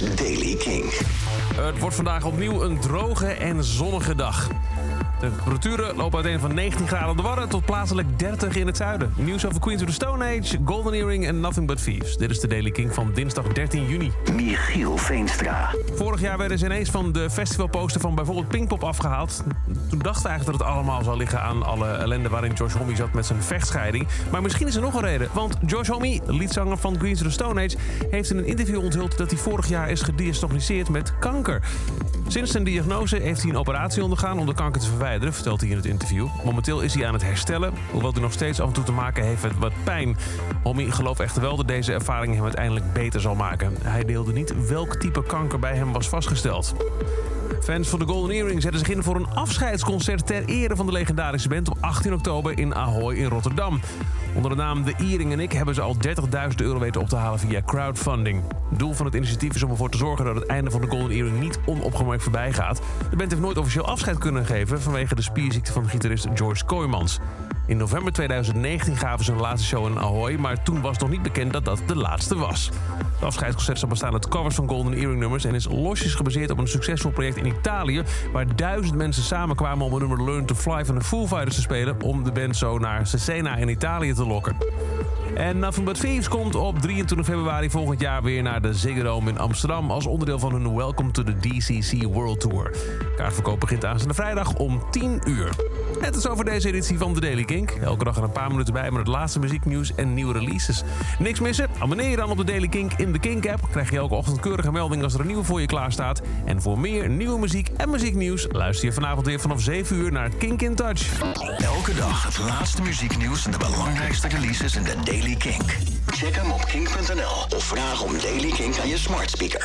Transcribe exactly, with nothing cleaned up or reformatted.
Daily King. Het wordt vandaag opnieuw een droge en zonnige dag. De temperaturen lopen uiteen van negentien graden op de Wadden tot plaatselijk dertig in het zuiden. Nieuws over Queens of the Stone Age, Golden Earring en Nothing But Thieves. Dit is de Daily King van dinsdag dertien juni. Michiel Veenstra. Vorig jaar werden ze ineens van de festivalposter van bijvoorbeeld Pinkpop afgehaald. Toen dachten we eigenlijk dat het allemaal zou liggen aan alle ellende waarin Josh Homme zat met zijn vechtscheiding. Maar misschien is er nog een reden. Want Josh Homme, liedzanger van Queens of the Stone Age, heeft in een interview onthuld dat hij vorig jaar is gediagnosticeerd met kanker. Sinds zijn diagnose heeft hij een operatie ondergaan om de kanker te verwijderen, vertelt hij in het interview. Momenteel is hij aan het herstellen, hoewel hij nog steeds af en toe te maken heeft met wat pijn. Homme gelooft echter wel dat deze ervaring hem uiteindelijk beter zal maken. Hij deelde niet welk type kanker bij hem was vastgesteld. Fans van de Golden Earring zetten zich in voor een afscheidsconcert ter ere van de legendarische band op achttien oktober in Ahoy in Rotterdam. Onder de naam De Earring en ik hebben ze al dertigduizend euro weten op te halen via crowdfunding. Het doel van het initiatief is om ervoor te zorgen dat het einde van de Golden Earring niet onopgemerkt voorbij gaat. De band heeft nooit officieel afscheid kunnen geven vanwege de spierziekte van gitarist George Kooijmans. In november tweeduizend negentien gaven ze een laatste show in Ahoy, maar toen was nog niet bekend dat dat de laatste was. Het afscheidsconcert zal bestaan uit covers van Golden Earring nummers en is losjes gebaseerd op een succesvol project in Italië, waar duizend mensen samenkwamen om het nummer Learn to Fly van de Foo Fighters te spelen, om de band zo naar Cesena in Italië te lokken. En Nothing But Thieves komt op drieëntwintig februari volgend jaar weer naar de Ziggo Dome in Amsterdam als onderdeel van hun Welcome to the D C C World Tour. Kaartverkoop begint aanstaande vrijdag om tien uur. Het is over deze editie van The Daily King. Elke dag er een paar minuten bij met het laatste muzieknieuws en nieuwe releases. Niks missen? Abonneer je dan op de Daily King in de King-app. Krijg je elke ochtend keurige melding als er een nieuwe voor je klaar staat. En voor meer nieuwe muziek en muzieknieuws luister je vanavond weer vanaf zeven uur naar Kink in Touch. Elke dag het laatste muzieknieuws en de belangrijkste releases in de Daily King. Check hem op kink punt n l of vraag om Daily King aan je smart speaker.